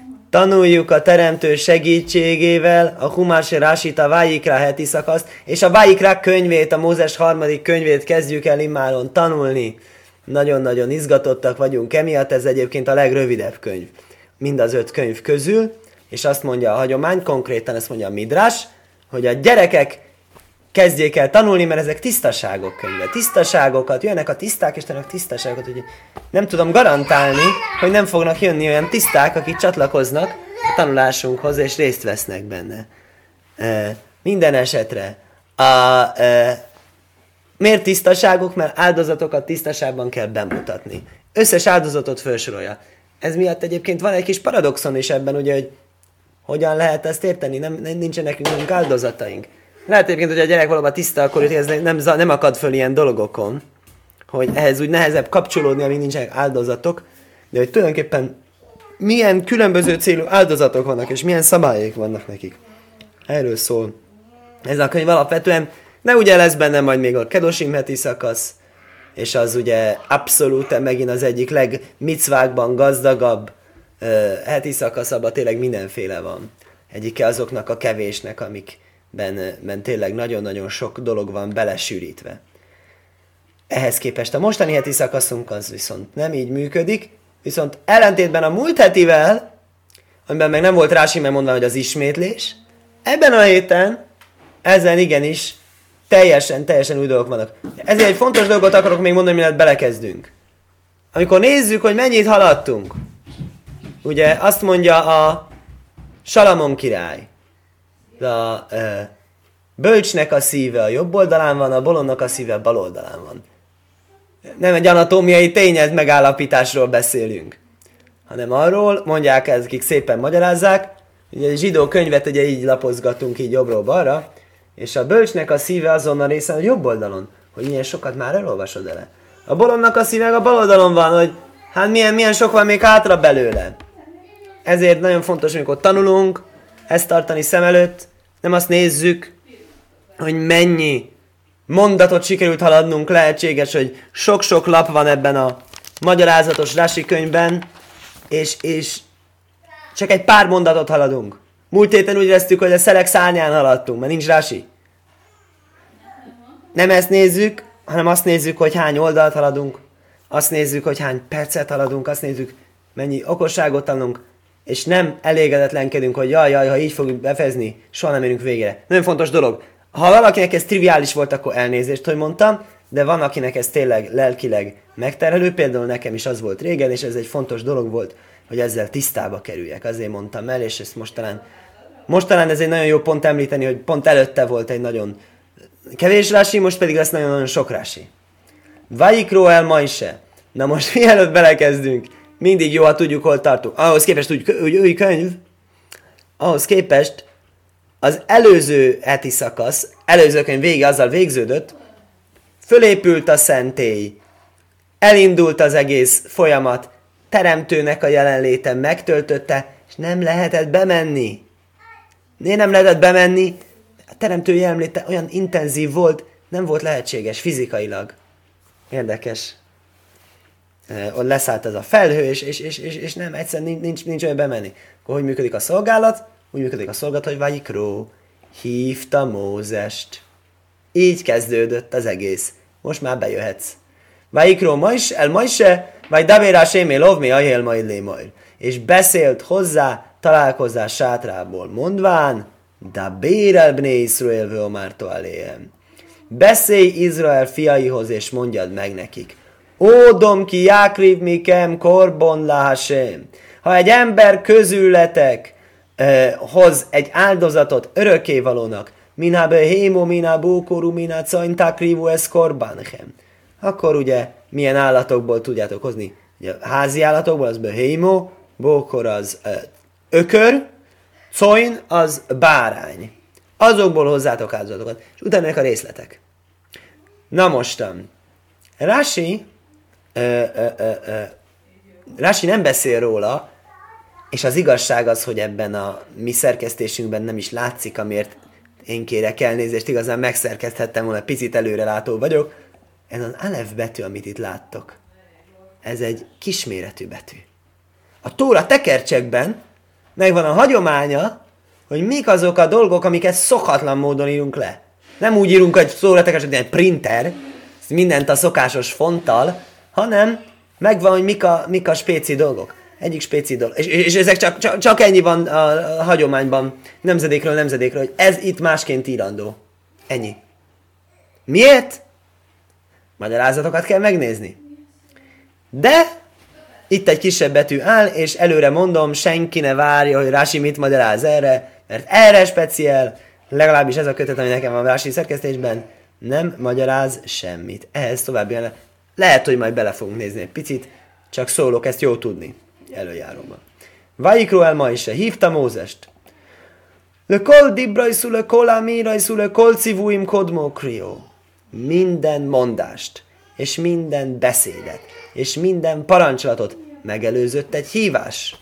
tanuljuk a Teremtő segítségével a Humás Rásit, a Vájikra heti szakaszt, és a Vájikra könyvét, a Mózes harmadik könyvét kezdjük el immáron tanulni. Nagyon-nagyon izgatottak vagyunk emiatt, ez egyébként a legrövidebb könyv. Mind az 5 könyv közül, és azt mondja a hagyomány, konkrétan ezt mondja a Midrás, hogy a gyerekek kezdjék el tanulni, mert ezek tisztaságok könyve. Tisztaságokat, jönnek a tiszták, és tanulnak tisztaságokat, hogy nem tudom garantálni, hogy nem fognak jönni olyan tiszták, akik csatlakoznak a tanulásunkhoz, és részt vesznek benne. Minden esetre. Miért tisztaságok? Mert áldozatokat tisztaságban kell bemutatni. Összes áldozatot felsorolja. Ez miatt egyébként van egy kis paradoxon is ebben, ugye, hogy hogyan lehet ezt érteni? Nincsenek nekünk áldozataink. Lehet egyébként, hogy a gyerek valóban tiszta, akkor ez nem akad föl ilyen dolgokon, hogy ehhez úgy nehezebb kapcsolódni, amíg nincsenek áldozatok, de hogy tulajdonképpen milyen különböző célú áldozatok vannak, és milyen szabályok vannak nekik. Erről szól ez a könyv alapvetően, de ugye lesz benne majd még a Kedosim heti szakasz, és az ugye abszolút megint az egyik legmicvákban gazdagabb heti szakaszabban tényleg mindenféle van. Egyike azoknak a kevésnek, amikben tényleg nagyon-nagyon sok dolog van belesűrítve. Ehhez képest a mostani heti szakaszunk az viszont nem így működik, viszont ellentétben a múlt hetivel, amiben meg nem volt Rási, mert mondva, hogy az ismétlés, ebben a héten ezen igenis teljesen új dolgok vannak. Ezért egy fontos dolgot akarok még mondani, mielőtt belekezdünk. Amikor nézzük, hogy mennyit haladtunk, ugye azt mondja a Salamon király, a bölcsnek a szíve a jobb oldalán van, a bolondnak a szíve a bal oldalán van. Nem egy anatómiai tényed megállapításról beszélünk, hanem arról, mondják ezek, akik szépen magyarázzák, ugye egy zsidó könyvet ugye így lapozgatunk így jobbról balra, és a bölcsnek a szíve azon a részen a jobb oldalon, hogy milyen sokat már elolvasod ele. A bolondnak a szíve a bal oldalon van, hogy hát milyen sok van még hátra belőle. Ezért nagyon fontos, amikor tanulunk, ezt tartani szem előtt, nem azt nézzük, hogy mennyi mondatot sikerült haladnunk, lehetséges, hogy sok-sok lap van ebben a magyarázatos Rási könyvben, és csak egy pár mondatot haladunk. Múlt héten úgy vesztük, hogy a szelek szárnyán haladtunk, mert nincs Rási. Nem ezt nézzük, hanem azt nézzük, hogy hány oldalt haladunk, azt nézzük, hogy hány percet haladunk, azt nézzük, mennyi okosságot tanulunk, és nem elégedetlenkedünk, hogy jaj, ha így fogjuk befejezni, soha nem érünk végére. Nagyon fontos dolog. Ha valakinek ez triviális volt, akkor elnézést, hogy mondtam, de van, akinek ez tényleg lelkileg megterhelő, például nekem is az volt régen, és ez egy fontos dolog volt, hogy ezzel tisztába kerüljek. Azért mondtam el, és ezt mostanán ez egy nagyon jó pont említeni, hogy pont előtte volt egy nagyon kevés Rási, most pedig lesz nagyon-nagyon sok Rási. Vajikro el Majse. Na most mielőtt belekezdünk, mindig jó, ha tudjuk, hol tartunk. Ahhoz képest úgy új könyv, ahhoz képest az előző heti szakasz, előző könyv vége azzal végződött, fölépült a szentély, elindult az egész folyamat, teremtőnek a jelenléte megtöltötte, és nem lehetett bemenni. Miért nem lehetett bemenni? A teremtő jelenléte olyan intenzív volt, nem volt lehetséges fizikailag. Érdekes. Ott leszállt ez a felhő, és nem, egyszerűen nincs olyan bemenni. Akkor hogy működik a szolgálat? Úgy működik a szolgálat, hogy Vajikro hívta Mózest. Így kezdődött az egész. Most már bejöhetsz. Vajikro el Majse, vagy Davérá Sémé Lovmi, Ajél majd Lémajr. És beszélt hozzá találkozás sátrából, mondván, Dabér el Bné Iszrael vőmártó aléhem. Beszélj Izrael fiaihoz, és mondjad meg nekik. Ódom ki jákriv mikem korbon lahasem. Ha egy ember közületek hoz egy áldozatot örökkévalónak, minha behémo, minha bókoru, minha caintakrivu ez korbanchem. Akkor ugye milyen állatokból tudjátok hozni? Ugye, házi állatokból az behémo, bókor az ökör, coin az bárány. Azokból hozzátok áldozatokat. És utána a részletek. Na mostan. Rási nem beszél róla, és az igazság az, hogy ebben a mi szerkesztésünkben nem is látszik, amiért én kérek elnézést, igazán megszerkeszthettem volna, picit előrelátó vagyok. Ez az alef betű, amit itt láttok. Ez egy kisméretű betű. A Tóra tekercsekben megvan a hagyománya, hogy mik azok a dolgok, amiket szokatlan módon írunk le. Nem úgy írunk egy szóratekes, egy printer, mindent a szokásos fonttal, hanem megvan, hogy mik a spéci dolgok. Egyik spéci dolog. És ezek csak ennyi van a hagyományban, nemzedékről, hogy ez itt másként írandó. Ennyi. Miért? Magyarázatokat kell megnézni. De itt egy kisebb betű áll, és előre mondom, senki ne várja, hogy Rási mit magyaráz erre, mert erre speciál, legalábbis ez a kötet, ami nekem van Rási szerkesztésben, nem magyaráz semmit. Ehhez további lehet, hogy majd bele fogunk nézni egy picit, csak szólok, ezt jó tudni előjáróban. Vajikro el ma is se, hívta Mózest. Le kol dibrajszú, le kol amirajszú, le kol civuim kodmó krió. Minden mondást, és minden beszédet, és minden parancsolatot megelőzött egy hívás.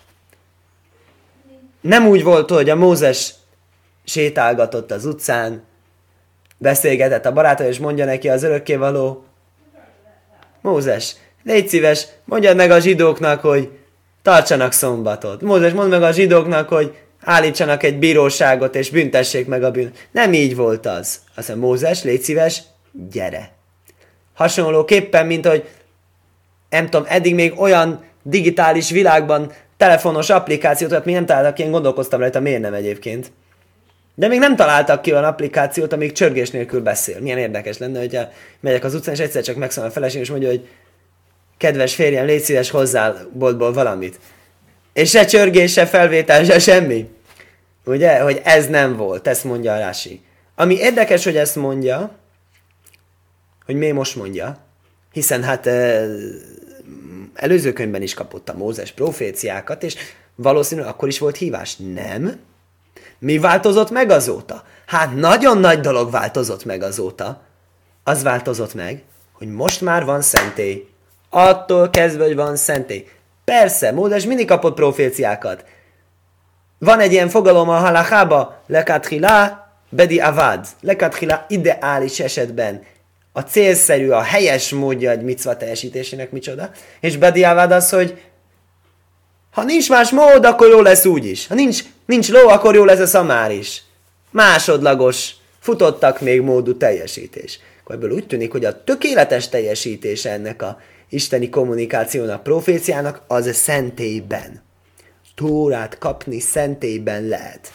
Nem úgy volt, hogy a Mózes sétálgatott az utcán, beszélgetett a baráta, és mondja neki az örökkévaló, Mózes, légy szíves, mondjad meg a zsidóknak, hogy tartsanak szombatot. Mózes, mondd meg a zsidóknak, hogy állítsanak egy bíróságot, és büntessék meg a bűn. Nem így volt az. Azt mondja, Mózes, légy szíves, gyere. Hasonlóképpen, mint hogy nem tudom, eddig még olyan digitális világban telefonos applikációt, még nem találtak ki, én gondolkoztam rajta, miért nem egyébként. De még nem találtak ki olyan applikációt, amíg csörgés nélkül beszél. Milyen érdekes lenne, hogyha megyek az utcán, és egyszer csak megszólal a feleség, és mondja, hogy kedves férjem, légy szíves, hozzál boltból valamit. És se csörgés, se felvétel, se semmi. Ugye? Hogy ez nem volt, ezt mondja a Rási. Ami érdekes, hogy ezt mondja, hogy miért most mondja, hiszen hát előző könyvben is kapott a Mózes proféciákat, és valószínűleg akkor is volt hívás. Nem. Mi változott meg azóta? Hát nagyon nagy dolog változott meg azóta. Az változott meg, hogy most már van szentély. Attól kezdve, hogy van szentély. Persze, Mózes mindig kapott proféciákat. Van egy ilyen fogalom a halachába, lekathila bedi avad. Lekathila ideális esetben a célszerű, a helyes módja egy micva teljesítésének micsoda. És bedi avad az, hogy ha nincs más mód, akkor jó lesz úgy is. Ha nincs ló, akkor jó lesz a szamár is. Másodlagos, futottak még módú teljesítés. Akkor ebből úgy tűnik, hogy a tökéletes teljesítése ennek a isteni kommunikációnak, proféciának az a szentélyben. Tórát kapni szentélyben lehet.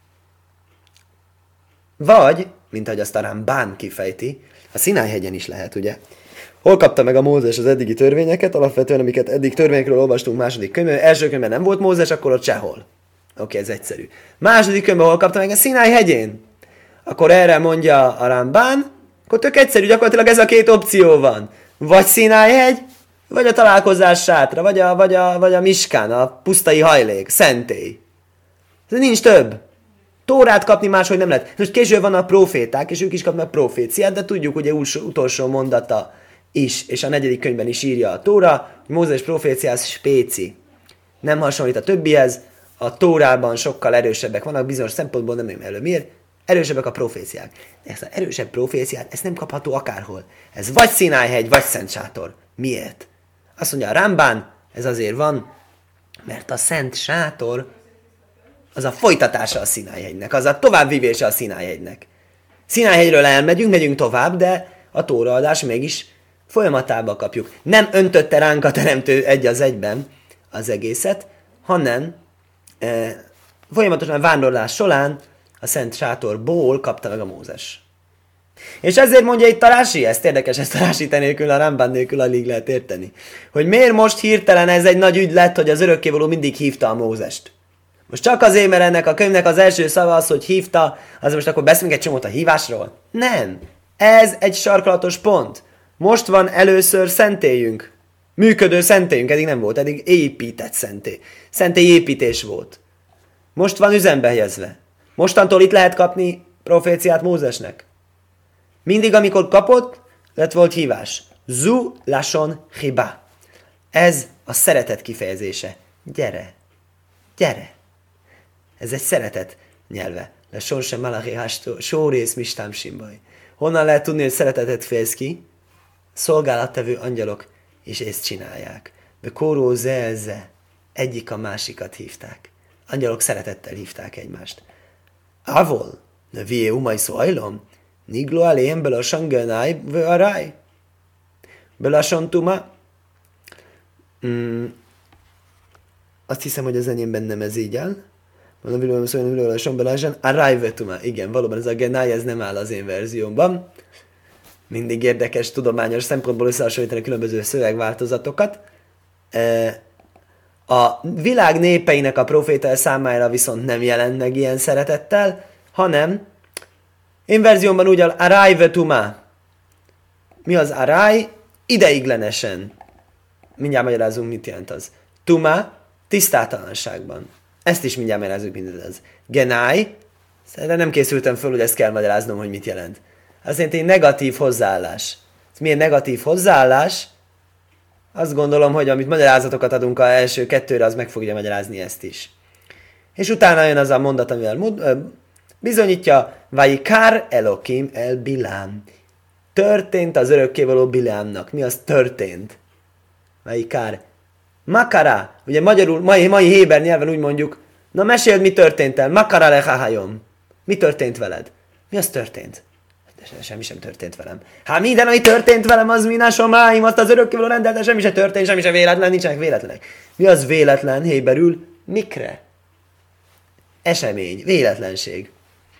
Vagy, mint ahogy azt a Rambán kifejti, a Szináj-hegyen is lehet, ugye? Hol kapta meg a Mózes az eddigi törvényeket? Alapvetően, amiket eddig törvényekről olvastunk második könyvben. Első könyvben nem volt Mózes, akkor ott sehol. Oké, ez egyszerű. Második könyvben hol kapta meg? A Szináj-hegyen. Akkor erre mondja a Rambán, akkor tök egyszerű, gyakorlatilag ez a két opció van. Vagy Szináj-hegy, vagy a találkozás sátra, vagy a miskán, a pusztai hajlék, szentély. Ez nincs több. Tórát kapni máshogy nem lehet. Most később van a proféták, és ők is kapnak proféciát, de tudjuk, ugye utolsó mondata is, és a 4. könyvben is írja a Tóra, hogy Mózes proféciáz spéci. Nem hasonlít a többihez, a Tórában sokkal erősebbek vannak, bizonyos szempontból nem tudom elő. Miért? Erősebbek a proféciák. De ezt az erősebb proféciát, ez nem kapható akárhol. Ez vagy Szináj-hegy, vagy Szent Sátor. Miért? Azt mondja a Rambán, ez azért van, mert a Szent Sátor az a folytatása a Szináj-hegynek, az a továbbvívése a Szináj-hegynek. Szináj-hegyről elmegyünk, megyünk tovább, de a tóraadás mégis folyamatába kapjuk. Nem öntötte ránk a teremtő egy az egyben az egészet, hanem folyamatosan a vándorlás során a Szent Sátorból kapta meg a Mózes. És ezért mondja itt a Rási, ezt érdekes, ezt a Rási nélkül, a Rambán nélkül alig lehet érteni, hogy miért most hirtelen ez egy nagy ügy lett, hogy az örökkévaló mindig hívta a Mózest. Most csak azért, mert ennek a könyvnek az első szava az, hogy hívta, az most akkor beszélünk egy csomót a hívásról? Nem. Ez egy sarkalatos pont. Most van először szentélyünk. Működő szentélyünk, eddig nem volt, eddig épített szentély. Szentély építés volt. Most van üzembe helyezve. Mostantól itt lehet kapni proféciát Mózesnek. Mindig, amikor kapott, lett volt hívás. Zu lashon chiba. Ez a szeretet kifejezése. Gyere. Gyere. Ez egy szeretet nyelve. Lashon sem malachi hástó, sórész mistám simbaj. Honnan lehet tudni, hogy szeretetet fejez ki? Szolgálattevő angyalok, és ezt csinálják. De kóró ze, egyik a másikat hívták. Angyalok szeretettel hívták egymást. Avol, vie umai szajlom, niglo aléhem belasan gönai vöaráj. Belasan tuma. Azt hiszem, hogy az enyémben nem ez így áll. Van a világban szólni, belasan belasan aráj vetuma. Igen, valóban ez a genáj, ez nem áll az én verziómban. Mindig érdekes, tudományos szempontból összehasonlítani különböző szövegváltozatokat. A világ népeinek a proféta számára viszont nem jelent meg ilyen szeretettel, hanem én verziómban úgy áll aráj vetuma. Mi az aráj? Ideiglenesen. Mindjárt magyarázunk, mit jelent az. Tuma, tisztátalanságban. Ezt is mindjárt magyarázunk, mit ez. Genáj, de nem készültem föl, hogy ezt kell magyaráznom, hogy mit jelent. Azt jelenti, negatív hozzáállás. Ez milyen negatív hozzáállás? Azt gondolom, hogy amit magyarázatokat adunk az első kettőre, az meg fogja magyarázni ezt is. És utána jön az a mondat, amivel bizonyítja, Vajikár Elokim el Bilám. Történt az örökkévaló Bilámnak. Mi az történt? Vajikár. Makara. Ugye magyarul, mai héber nyelven úgy mondjuk, na meséld, mi történt el. Makara lehahajom. Mi történt veled? Mi az történt? De semmi sem történt velem. Hát minden, ami történt velem, az minasomáim, azt az örökkévaló rendelte, semmi se történt, semmi se véletlen, nincsenek véletlenek. Mi az véletlen héberül? Mikre? Esemény, véletlenség.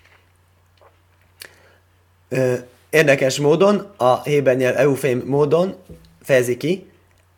Érdekes módon, a héber nyelv eufém módon fejezi ki,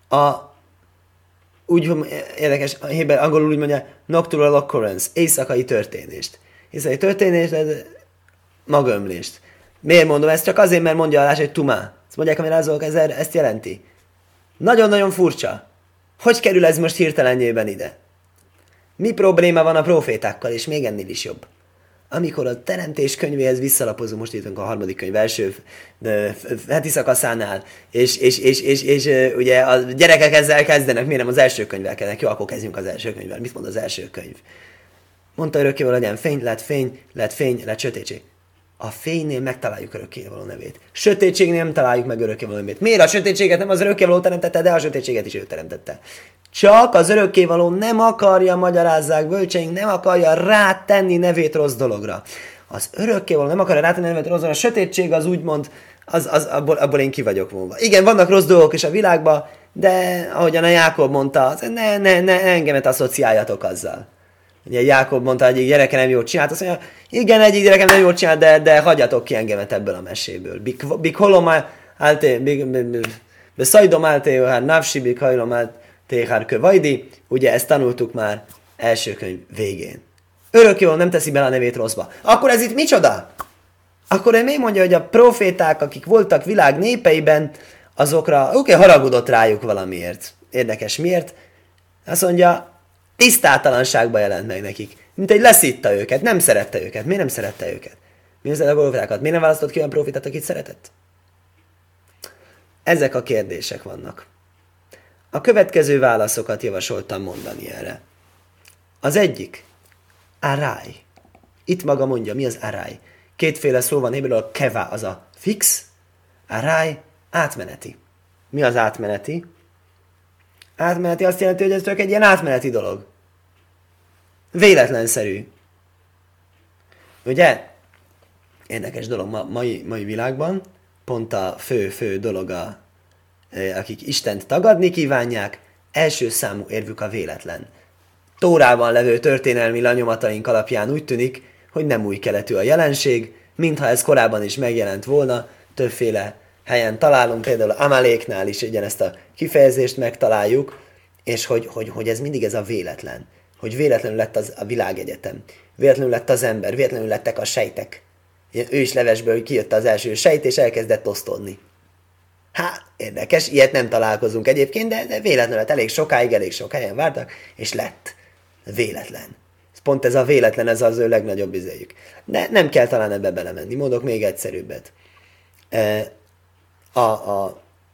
érdekes, a héber angolul úgy mondja, nocturnal occurrence, éjszakai történést. Éjszakai történést, magömlést. Miért mondom ezt? Csak azért, mert mondja alás, hogy tumá. Ezt mondják, amire azok, ezt jelenti. Nagyon-nagyon furcsa. Hogy kerül ez most hirtelenjében ide? Mi probléma van a profétákkal, és még ennél is jobb? Amikor a teremtés könyvéhez visszalapozunk, most írtunk a harmadik könyv első heti szakaszánál, és ugye a gyerekek ezzel kezdenek, miért nem az első könyvvel kezdenek? Jó, akkor kezdjünk az első könyvvel. Mit mond az első könyv? Mondta örökkévaló, legyen fény, lett sötétség. A fénynél megtaláljuk örökkévaló nevét. Sötétségnél nem találjuk meg örökkévaló nevét. Miért a sötétséget nem az örökkévaló teremtette, de a sötétséget is ő teremtette. Csak az örökkévaló nem akarja, magyarázzák bölcseink, nem akarja rátenni nevét rossz dologra. Az örökkévaló nem akarja rátenni nevét rossz dologra, a sötétség az úgymond, abból én ki vagyok vonva. Igen, vannak rossz dolgok is a világban, de ahogyan a Jákob mondta, ne engemet asszociáljatok azzal. Ugye Jákob mondta, hogy egyik gyereke nem jót csinált, azt mondja, igen, egyik gyerekem nem jót csinált, de hagyjatok ki engemet ebből a meséből. Bikholom álté, beszajdom álté, hát nafsi, bikhajlom álté, kövajdi, ugye ezt tanultuk már első könyv végén. Örökkévaló nem teszi bele a nevét rosszba. Akkor ez itt micsoda? Akkor ő még mondja, hogy a proféták, akik voltak világ népeiben, azokra, haragudott rájuk valamiért. Érdekes miért? Azt mondja, tisztátalanságba jelent meg nekik. Mint egy leszitta őket, nem szerette őket. Miért nem szerette őket? Miért a profétákat? Miért nem választott ki olyan profétát, akit szeretett? Ezek a kérdések vannak. A következő válaszokat javasoltam mondani erre. Az egyik, aráj. Itt maga mondja, mi az aráj? Kétféle szó van héberül, a keva az a fix, aráj átmeneti. Mi az átmeneti? Átmeneti azt jelenti, hogy ez csak egy ilyen átmeneti dolog. Véletlenszerű. Ugye? Érdekes dolog mai világban, pont a fő dolog, akik Istent tagadni kívánják, első számú érvük a véletlen. Tórában levő történelmi lenyomataink alapján úgy tűnik, hogy nem új keletű a jelenség, mintha ez korábban is megjelent volna, többféle helyen találunk, például Amaléknál is ugyanezt a kifejezést megtaláljuk, és hogy ez mindig ez a véletlen. Hogy véletlenül lett a világegyetem, véletlenül lett az ember, véletlenül lettek a sejtek. Ő is levesből kijött az első sejt, és elkezdett osztódni. Érdekes, ilyet nem találkozunk egyébként, de véletlenül lett, elég sok helyen vártak, és lett. Véletlen. Pont ez a véletlen, ez az ő legnagyobb izéjük. De nem kell talán ebbe belemenni, mondok még egyszerűbbet. A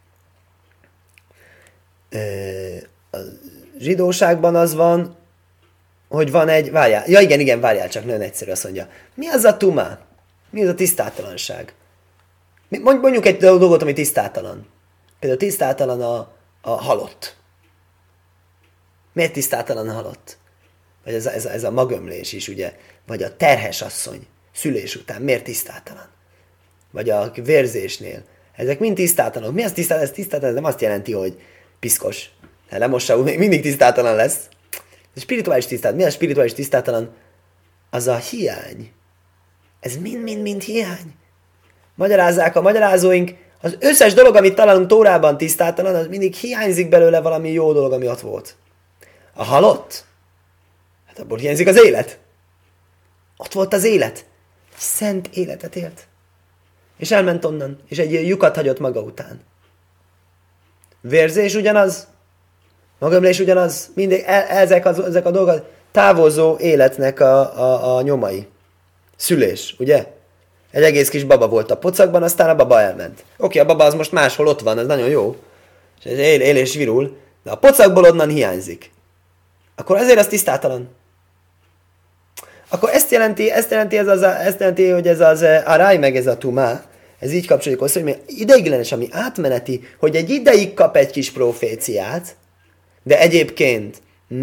zsidóságban az van, hogy van egy, várjál, csak nagyon egyszerű, azt mondja. Mi az a tumá? Mi az a tisztátalanság? Mondjuk egy dolgot, ami tisztátalan. Például tisztátalan a halott. Miért tisztátalan a halott? vagy ez a magömlés is, ugye, vagy a terhes asszony szülés után miért tisztátalan? Vagy a vérzésnél. Ezek mind tisztátalanok. Mi az tisztátalan? Ez tisztátalan, ez nem azt jelenti, hogy piszkos. Ha lemossa, mindig tisztátalan lesz. A spirituális tisztátalan. Mi a spirituális tisztátalan? Az a hiány. Ez mind hiány. Magyarázzák a magyarázóink, az összes dolog, amit találunk Tórában tisztátalan, az mindig hiányzik belőle valami jó dolog, ami ott volt. A halott? Hát abból hiányzik az élet. Ott volt az élet. Egy szent életet élt. És elment onnan, és egy lyukat hagyott maga után. Vérzés ugyanaz, magömlés ugyanaz, mindig ezek a dolgok távozó életnek a nyomai. Szülés, ugye? Egy egész kis baba volt a pocakban, aztán a baba elment. Oké, a baba az most máshol ott van, ez nagyon jó. És él és virul, de a pocakból onnan hiányzik. Akkor ezért az tisztátalan. Akkor ezt jelenti, hogy ez az aráj meg ez a tumá, ez így kapcsolódik hozzá, hogy ideiglenes, ami átmeneti, hogy egy ideig kap egy kis proféciát, de egyébként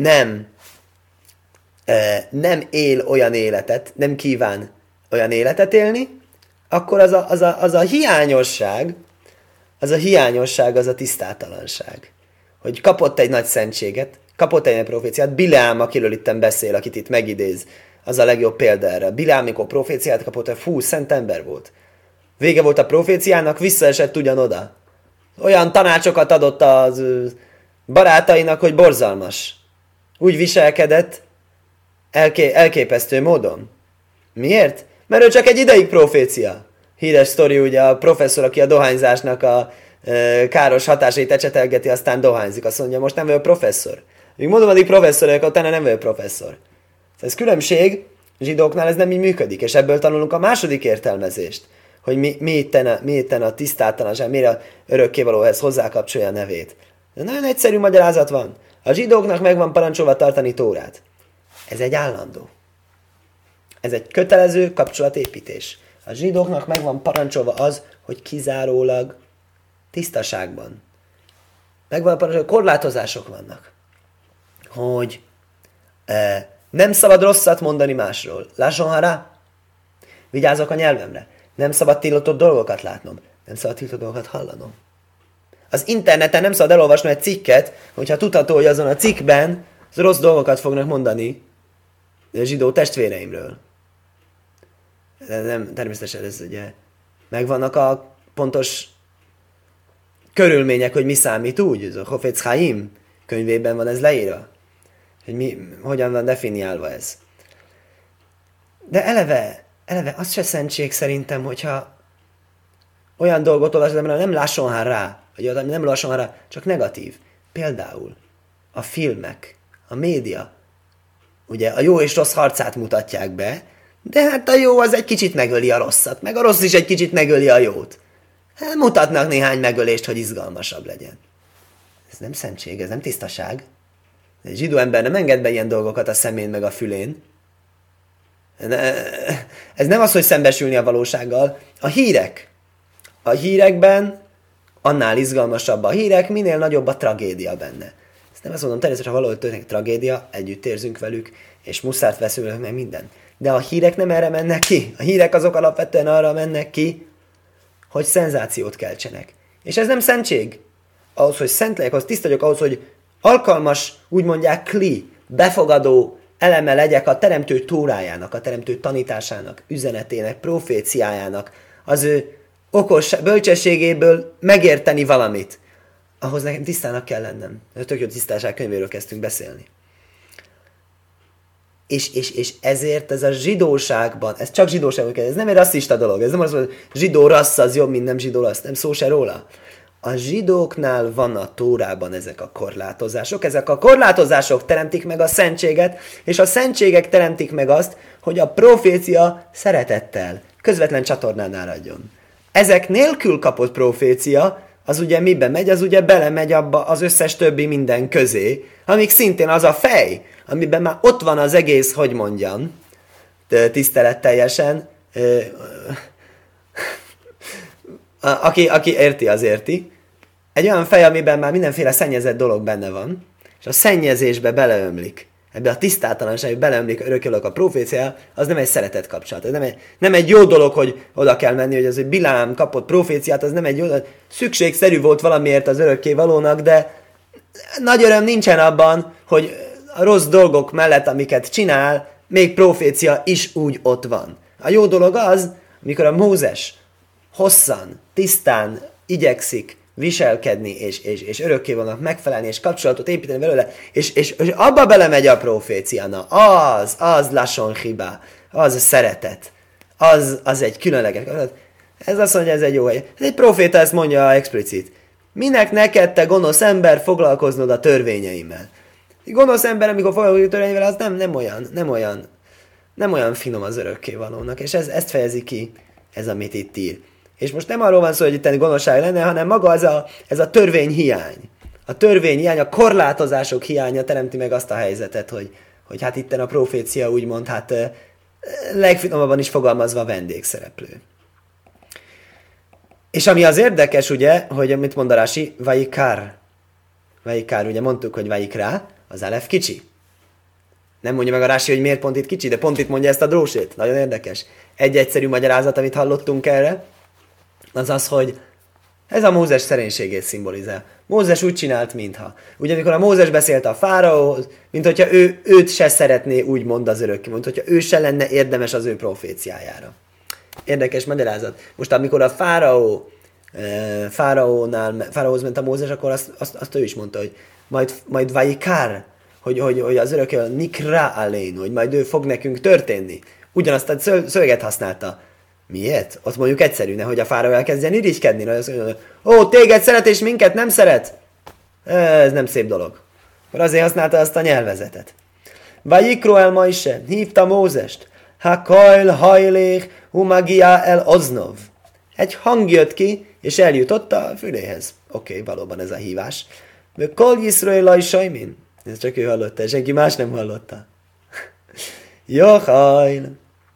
nem él olyan életet, nem kíván olyan életet élni, akkor az a hiányosság, az a tisztátalanság. Hogy kapott egy nagy szentséget, kapott egy nagy proféciát, Bileám, akiről itten beszél, akit itt megidéz, az a legjobb példa erre. Bileám, amikor proféciát kapott, hogy szent ember volt. Vége volt a proféciának, visszaesett ugyanoda. Olyan tanácsokat adott az barátainak, hogy borzalmas. Úgy viselkedett, elképesztő módon. Miért? Mert ő csak egy ideig profécia. Híres sztori, ugye a professzor, aki a dohányzásnak a káros hatásait ecsetelgeti, aztán dohányzik. Azt mondja, most nem vagyok professzor. Míg mondom, addig professzor, akkor utána nem vagyok professzor. Ez különbség, zsidóknál ez nem így működik, és ebből tanulunk a második értelmezést, hogy mi itten a tisztátalanság, mire a örökkévalóhez hozzákapcsolja a nevét. De nagyon egyszerű magyarázat van. A zsidóknak meg van parancsolva tartani Tórát. Ez egy állandó. Ez egy kötelező kapcsolatépítés. A zsidóknak meg van parancsolva az, hogy kizárólag tisztaságban. Meg van parancsolva, korlátozások vannak. Hogy nem szabad rosszat mondani másról. Lásson hará? Vigyázzak a nyelvemre. Nem szabad tiltott dolgokat látnom. Nem szabad tiltott dolgokat hallanom. Az interneten nem szabad elolvasni egy cikket, hogyha tudható, hogy azon a cikkben az rossz dolgokat fognak mondani a zsidó testvéreimről. De nem, természetesen ez ugye megvannak a pontos körülmények, hogy mi számít úgy. Ez a Hofetz Chaim könyvében van ez leírva. Hogy hogyan van definiálva ez. De eleve az se szentség szerintem, hogyha olyan dolgot olvasod, amire nem lásson rá, vagy nem lásson rá, csak negatív. Például a filmek, a média, ugye a jó és rossz harcát mutatják be, de hát a jó az egy kicsit megöli a rosszat, meg a rossz is egy kicsit megöli a jót. Hát mutatnak néhány megölést, hogy izgalmasabb legyen. Ez nem szentség, ez nem tisztaság. Egy zsidó ember nem enged be ilyen dolgokat a szemén meg a fülén. Ez nem az, hogy szembesülni a valósággal. A hírekben annál izgalmasabb a hírek, minél nagyobb a tragédia benne. Ezt nem azt mondom, természetesen, ha valahol történik tragédia, együtt érzünk velük, és muszárt veszünk meg minden. De a hírek nem erre mennek ki. A hírek azok alapvetően arra mennek ki, hogy szenzációt keltsenek. És ez nem szentség. Ahhoz, hogy szent legyek, ahhoz tiszta vagyok, ahhoz, hogy alkalmas, úgy mondják, kli, befogadó eleme legyek a teremtő tórájának, a teremtő tanításának, üzenetének, proféciájának, az ő okos bölcsességéből megérteni valamit. Ahhoz nekem tisztának kell lennem. Tök jó tisztaság könyvéről kezdtünk beszélni. És ezért ez a zsidóságban, ez csak zsidóságban kell, ez nem egy rasszista dolog, ez nem az, hogy zsidó rassz az jobb, mint nem zsidó rassz, nem szó se róla. A zsidóknál van a Tórában ezek a korlátozások teremtik meg a szentséget, és a szentségek teremtik meg azt, hogy a profécia szeretettel, közvetlen csatornán áradjon. Ezek nélkül kapott profécia, az ugye miben megy? Az ugye belemegy abba az összes többi minden közé, amíg szintén az a fej, amiben már ott van az egész, hogy mondjam, tiszteletteljesen, aki érti, az érti. Egy olyan fej, amiben már mindenféle szennyezett dolog benne van, és a szennyezésbe beleömlik ebbe a tisztátalanságba beleemlik örökölök a profécia, az nem egy szeretet kapcsolat. Ez nem egy jó dolog, hogy oda kell menni, hogy az, hogy Bilám kapott proféciát, az nem egy jó dolog. Szükségszerű volt valamiért az örökkévalónak, de nagy öröm nincsen abban, hogy a rossz dolgok mellett, amiket csinál, még profécia is úgy ott van. A jó dolog az, amikor a Mózes hosszan, tisztán igyekszik viselkedni, és örökké vannak megfelelni, és kapcsolatot építeni belőle, és abba belemegy a profécia, na, az lashon hibá, az a szeretet, az egy különleges. Ez azt mondja, ez egy jó hely. Ez egy proféta, ezt mondja explicit. Minek neked, te gonosz ember, foglalkoznod a törvényeimmel? Egy gonosz ember, amikor foglalkozik a törvényeimmel, az nem olyan finom az örökkévalónak, és ezt fejezi ki, ez amit itt ír. És most nem arról van szó, hogy itt egy gonoszság lenne, hanem maga ez a törvényhiány. A törvényhiány, a korlátozások hiánya teremti meg azt a helyzetet, hogy hát itten a profécia úgymond, hát legfinomabban is fogalmazva vendégszereplő. És ami az érdekes, ugye, hogy amit mond a Rási, vajikár. Vajikár, ugye mondtuk, hogy vajikra, az alef kicsi. Nem mondja meg a Rási, hogy miért pont itt kicsi, de pont itt mondja ezt a drósét. Nagyon érdekes. Egy egyszerű magyarázat, amit hallottunk erre, az az, hogy ez a Mózes szerénységét szimbolizál. Mózes úgy csinált, mintha. Ugye amikor a Mózes beszélt a fáraóhoz, mint hogyha őt se szeretné úgy mond az örökké, mint hogyha ő se lenne érdemes az ő proféciájára. Érdekes magyarázat. Most amikor a fáraóhoz ment a Mózes, akkor azt ő is mondta, hogy majd vajikár, hogy az örökké nikra alén, hogy majd ő fog nekünk történni. Ugyanazt a szöveget használta. Miért? Azt mondjuk egyszerű, nehogy a fáraó elkezdjen irigykedni. Azt mondja, ó, téged szeret és minket nem szeret? Ez nem szép dolog. Akkor azért használta azt a nyelvezetet. Vajikro el Mojse, hívta Mózest. Hakajl hajlék humagia el oznov. Egy hang jött ki, és eljutott a füléhez. Oké, valóban ez a hívás. Kol Yisraelaj sajmin. Ez csak ő hallotta, senki más nem hallotta. Jochajl.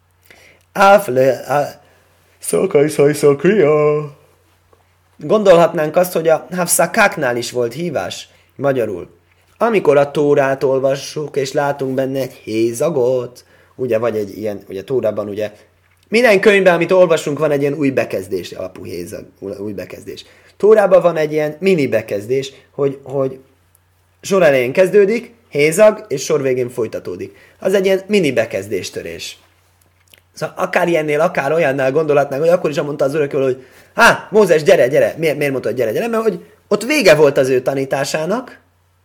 Gondolhatnánk azt, hogy a Hafszakáknál is volt hívás, magyarul. Amikor a Tórát olvassuk, és látunk benne egy hézagot, ugye, vagy egy ilyen, ugye Tórában, ugye, minden könyvben, amit olvasunk, van egy ilyen új bekezdés, alapú hézag, új bekezdés. Tórában van egy ilyen mini bekezdés, hogy sor elején kezdődik, hézag, és sor végén folytatódik. Az egy ilyen mini bekezdéstörés. Szóval akár ilyennél, akár olyannál gondolhatnánk, hogy akkor is mondta az örököl, hogy Mózes, gyere. Miért mondta, hogy gyere? Mert hogy ott vége volt az ő tanításának,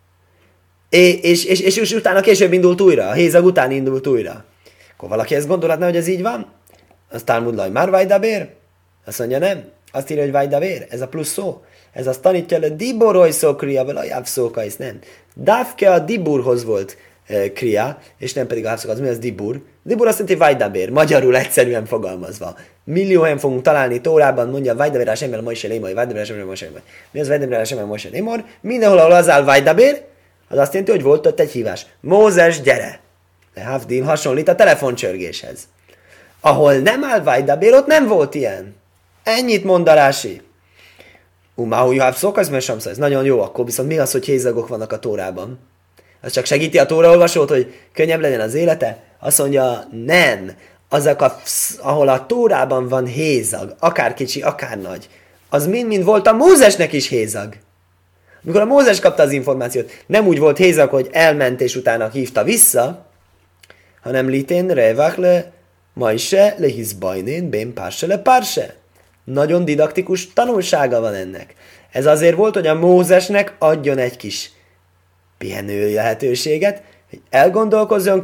és utána később indult újra, a hézag után indult újra. Akkor valaki ezt gondolhatná, hogy ez így van? Az Talmud laj, már Vajdaber? Azt mondja, nem. Azt írja, hogy Vajdaber. Ez a plusz szó. Ez azt tanítja, hogy Diboroj szó kria, vagy ajább szókaisz, nem. Dávke a Diburhoz volt kria, és nem pedig a hávszok, az mi az Dibur? Dibur azt jelenti Vajdaber, magyarul egyszerűen fogalmazva. Millió helyen fogunk találni Tórában, mondja Vajdaber a semmel Mojse Lémor, Vajdaber a semmel Mojse Lémor. Mi az Vajdaber a semmel Mojse Lémor? Mindenhol, ahol az áll Vajdaber, az azt jelenti, hogy volt ott egy hívás. Mózes, gyere! De Havdil hasonlít a telefoncsörgéshez. Ahol nem áll Vajdaber, ott nem volt ilyen. Ennyit mond a Rási. Umáhu Juháv Szókasz, mert ez nagyon jó, akkor viszont mi az, hogy hézagok vannak a Tórában? Az csak segíti a Tóra olvasót, hogy könnyebb legyen az élete? Azt mondja, nem. Azok, ahol a Tórában van hézag, akár kicsi, akár nagy, az mind-mind volt a Mózesnek is hézag. Amikor a Mózes kapta az információt, nem úgy volt hézag, hogy elment és utána hívta vissza, hanem litén revachle majse lehizbajnén bén párse le párse. Nagyon didaktikus tanulsága van ennek. Ez azért volt, hogy a Mózesnek adjon egy kis pihenő lehetőséget, hogy elgondolkozzon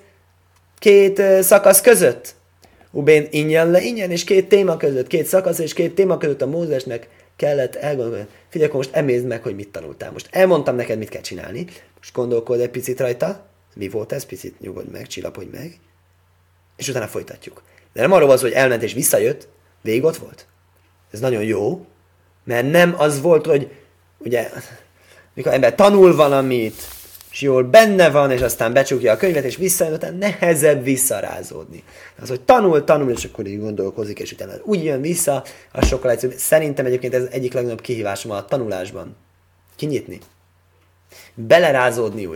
két szakasz között. Ubén ingyen le ingyen, és két téma között, két szakasz és két téma között a Mózesnek kellett elgondolkozni. Figyelj, akkor most emészd meg, hogy mit tanultál. Most elmondtam neked, mit kell csinálni. Most gondolkodj egy picit rajta. Mi volt ez? Picit nyugodj meg, csillapodj meg. És utána folytatjuk. De nem arról van szó, hogy elment és visszajött, végig ott volt. Ez nagyon jó, mert nem az volt, hogy ugye, mikor ember tanul valamit, és jól benne van, és aztán becsukja a könyvet, és visszajön, utána nehezebb visszarázódni. Az, hogy tanul, és akkor így gondolkozik, és utána úgy jön vissza, az sokkal egyszerűbb. Szerintem egyébként ez egyik legnagyobb kihívásom a tanulásban. Kinyitni. Belerázódni újra.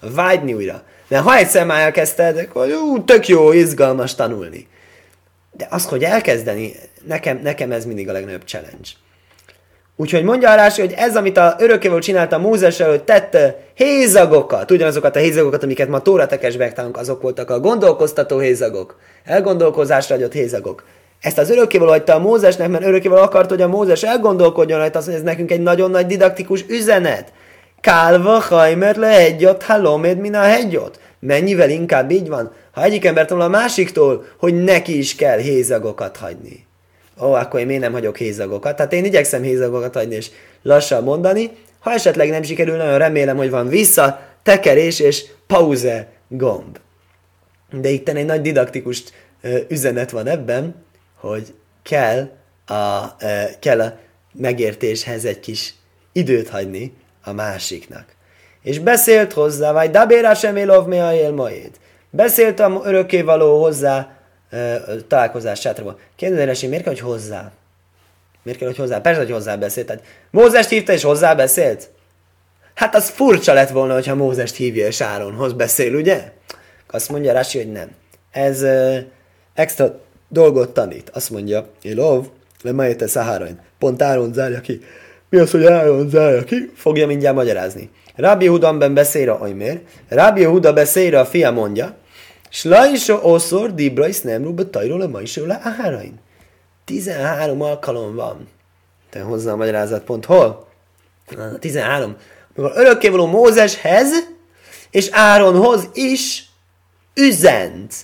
vágyni újra. De ha egyszer már elkezdted, akkor tök jó, izgalmas tanulni. De az, hogy elkezdeni, nekem ez mindig a legnagyobb challenge. Úgyhogy mondja a Rási, hogy ez, amit a örökkévaló csinálta Mózessel, hogy tette hézagokat, ugyanazokat a hézagokat, amiket ma Tóratekesbe megtalálunk, azok voltak a gondolkoztató hézagok, elgondolkozásra adott hézagok. Ezt az örökkévaló hagyta a Mózesnek, mert örökkévaló akart, hogy a Mózes elgondolkodjon rajta, azt mondja, ez nekünk egy nagyon nagy didaktikus üzenet. Kálva hajmer le hegyot, halomed min a hegyot. Mennyivel inkább így van, ha egyik ember tanul a másiktól, hogy neki is kell hézagokat hagyni. Akkor én miért nem hagyok hézagokat? Tehát én igyekszem hézagokat hagyni és lassan mondani. Ha esetleg nem sikerül, nagyon remélem, hogy van vissza, tekerés és pauze gomb. De itt egy nagy didaktikus üzenet van ebben, hogy kell a megértéshez egy kis időt hagyni a másiknak. És beszélt hozzá, vagy dabéra sem élov me a élmaid. Beszélt a örökkévaló hozzá találkozás sátrában. Kérdezi, miért kell, hogy hozzá? Miért kell, hogy hozzá? Persze, hogy hozzá beszélt. Tehát Mózest hívta és hozzá beszélt? Hát az furcsa lett volna, hogyha Mózest hívja és Áronhoz beszél, ugye? Azt mondja Rási, hogy nem. Ez extra dolgot tanít. Azt mondja, Élov, le majete Szahárain. Pont Áron zárja ki. Mi az, hogy Áron zárja ki? Fogja mindjárt magyarázni. Rabbi Hudanben beszélre Ajmér. Rabbi Huda beszélre a fia mondja, Slajso oszor dibrais nem rúbe tajról a maiső le Árain. 13 alkalom van. Te hozzá a magyarázat pont hol? 13. Amikor örökkévaló Mózeshez és Áronhoz is üzent.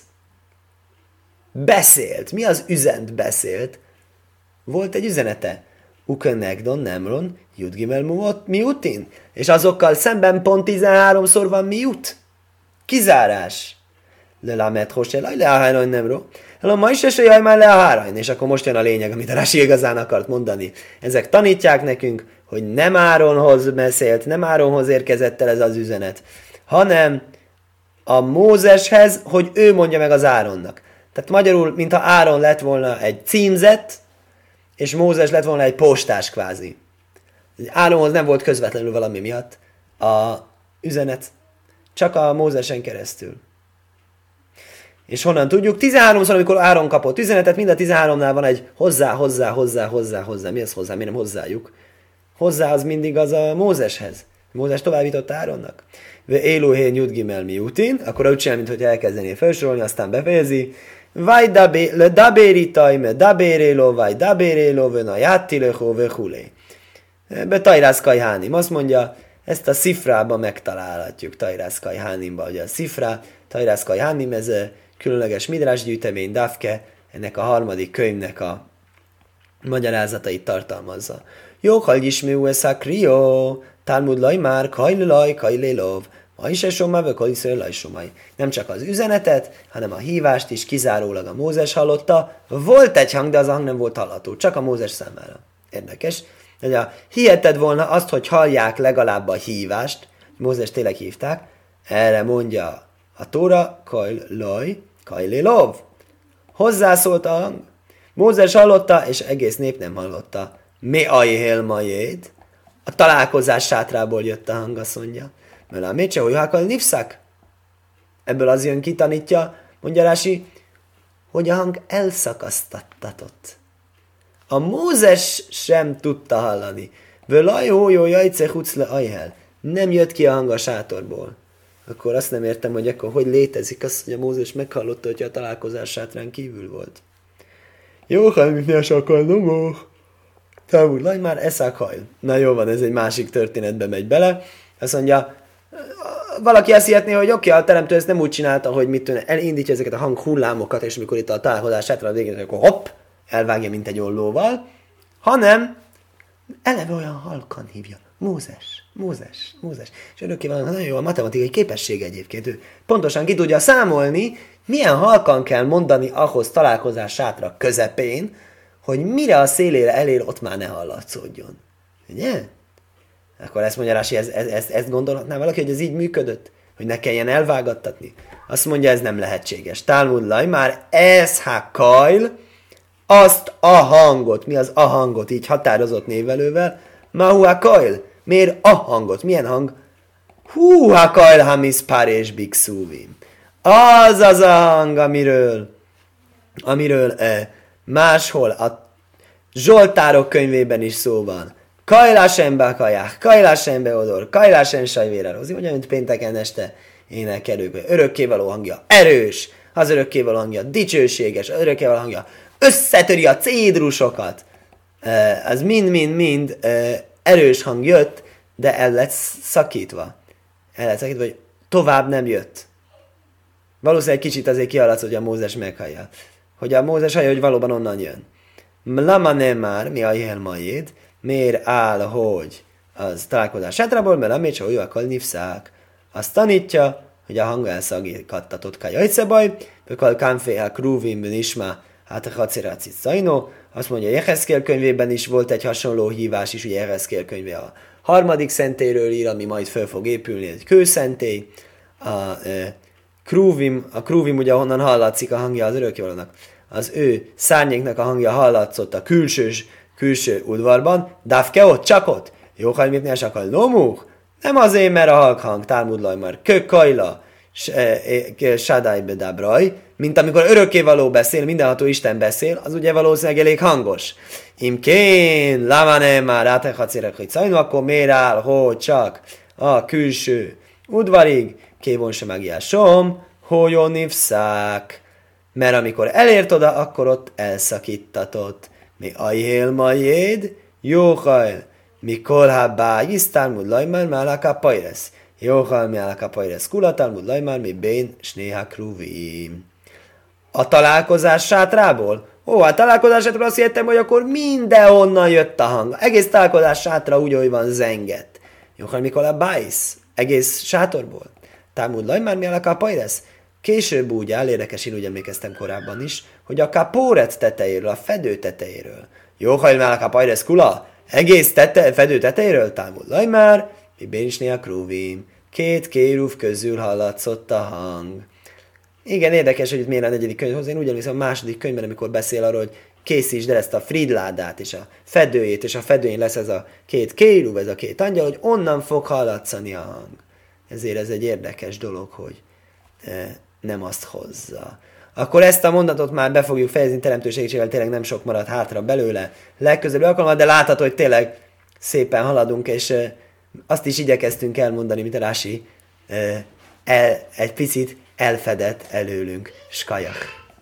Beszélt. Mi az üzent beszélt? Volt egy üzenete. Ukenegdon nemron Judgimel miutin. És azokkal szemben pont 13-szor van miut. Kizárás. Le lamet hosel, le a hárain nemro. Hello, ma is esélye már le a hárain. És akkor most jön a lényeg, amit a Rási igazán akart mondani. Ezek tanítják nekünk, hogy nem Áronhoz beszélt, nem Áronhoz érkezett el ez az üzenet, hanem a Mózeshez, hogy ő mondja meg az Áronnak. Tehát magyarul, mintha Áron lett volna egy címzett, és Mózes lett volna egy postás kvázi. Áronhoz nem volt közvetlenül valami miatt a üzenet, csak a Mózesen keresztül. És honnan tudjuk? 13-szor, amikor Áron kapott üzenetet, mind a 13-nál van egy hozzá. Mi az hozzá? Miért nem hozzájuk? Hozzá az mindig az a Mózeshez. Mózes továbbított Áronnak. Ve Elohén Judgimel miutin, akkor úgy csinál, mintha elkezdené felsorolni, aztán befejezi. Vaj dabéri tajme, dabérélo, vaj dabérélo, ve na játtileho, ve hulé. Be Tajrász Kajhánim. Azt mondja, ezt a szifrában megtalálhatjuk. Tajrász Kajhánimban, ugye a szifra, Tajrász Kajhánim, ez különleges midrás gyűjtemény, Dafke, ennek a harmadik könyvnek a magyarázatait tartalmazza. Jó, hagyj ismű eszakrió, Talmud lajmár, kajlilaj, kajlélov, ma is esomá, ve kajszörlaj somaj. Nem csak az üzenetet, hanem a hívást is kizárólag a Mózes hallotta. Volt egy hang, de az a hang nem volt hallható, csak a Mózes számára. Érdekes. De hiheted volna azt, hogy hallják legalább a hívást, Mózes tényleg hívták, erre mondja a Tóra, kajlaj, kajlélov. Hozzászólt a hang. Mózes hallotta, és egész nép nem hallotta. Mi ajhél majéd? A találkozás sátrából jött a hang, azt mondja. Mert a mécse, hogy hákal nipszak? Ebből az jön ki, tanítja, mondja Rási, hogy a hang elszakasztatott. A Mózes sem tudta hallani. Völaj hójó jajce hucle ajhel. Nem jött ki a hang a sátorból. Akkor azt nem értem, hogy akkor hogy létezik az, hogy a Mózes meghallotta, hogy a találkozás sátrán kívül volt. Jó, ha mit ne akarnom, Talmud laj már eszák hajl. Na jó van, ez egy másik történetbe megy bele. Azt mondja, valaki azt hihetné, hogy oké, a teremtő ezt nem úgy csinálta, hogy mit tűnne, elindítja ezeket a hanghullámokat, és mikor itt a találkozás sátra a végén, akkor hopp, elvágja, mint egy ollóval, hanem eleve olyan halkan hívja. Mózes. És örökkévalóan nagyon jó a matematikai képesség egyébként. Ő pontosan ki tudja számolni, milyen halkan kell mondani ahhoz találkozás sátra közepén, hogy mire a szélére elér, ott már ne hallatszódjon. Ugye? Akkor ezt mondja Rási, ezt gondolhatná valaki, hogy ez így működött? Hogy ne kelljen elvágattatni? Azt mondja, ez nem lehetséges. Talmud laj, már ez kajl, azt a hangot, mi az a hangot, így határozott névelővel, mahu kajl, miért a hangot, milyen hang? Húha kajlhamis párés bikszúvim. Az az a hang, amiről máshol a Zsoltárok könyvében is szó van. Kajlásembe kaják, kajlásembe odor, kajlásem sajvére rozi, ugye, mint pénteken este énekelők, örökkévaló hangja erős, az örökkévaló hangja dicsőséges, az örökkévaló hangja összetöri a cédrusokat. Az mind erős hang jött, de el lett szakítva. Hogy tovább nem jött. Valószínűleg kicsit azért kihallatszott, hogy a Mózes meghallja. Hogy a Mózes hallja, hogy valóban onnan jön. Lama nem már, mi a jelmajéd, miért áll, hogy az találkozás sátrából, mert amíg csak akar nivszák. Azt tanítja, hogy a hang elszagítatott kája. Egyszerbaj, pökal kánféhá krúvimben ismá, hát a hacirácit szajnó. Azt mondja, Jehezkél könyvében is volt egy hasonló hívás is, ugye Jehezkél könyve a harmadik szentéről ír, ami majd föl fog épülni, egy kőszentély. A krúvim ugye honnan hallatszik a hangja az örökkévalónak. Az ő szárnyéknak a hangja hallatszott a külső udvarban, dávke ott, csak ott. Jóhaj, mit ne sakal lomúk? Nem azért, mert a halkhang, Talmud már kökkajla, sádájbe dabraj, mint amikor örökkévaló beszél, mindenható Isten beszél, az ugye valószínűleg elég hangos. Imkén, lamane már átechacérek, hogy szajnó, akkor miért áll, hogy csak a külső udvarig, kévon sem megijásom, hogy onivszák. Mert amikor elért oda, akkor ott elszakítatott. Mi ajhél majéd, jóhajl, mikor hábbá Talmud lajmár, máláká pajresz. Jóhajl, máláká pajresz kula, Talmud lajmár, mi bén, snéha kruvim. A találkozás sátrából? A találkozás sátrából azt hittem, hogy akkor mindenhonnan jött a hang. Egész találkozás sátra úgy, hogy van zengett. Jóhajl, mikor a bájsz, egész sátorból. Talmud lajmár, máláká pajresz. Később úgy áll, érdekes, én úgy emlékeztem korábban is, hogy a kapóret tetejéről, a fedő tetejéről. Jóhajl málak a pajresz kula, egész fedő tetejéről Talmud lajmár, mi bénisnél krúvim. Két kérúv közül hallatszott a hang. Igen, érdekes, hogy itt miért a negyedik könyvhoz. Én úgy emlékszem a második könyvben, amikor beszél arról, hogy készítsd el ezt a fridládát és a fedőjét, és a fedőjén lesz ez a két kérúv, ez a két angyal, hogy onnan fog hallatszani a hang. Ezért ez egy érdekes dolog, hogy nem azt hozza. Akkor ezt a mondatot már be fogjuk fejezni teremtő segítségével, tényleg nem sok marad hátra belőle legközelebbi alkalommal, de látható, hogy tényleg szépen haladunk, és azt is igyekeztünk elmondani, mint a Rási egy picit elfedett előlünk. Skajak!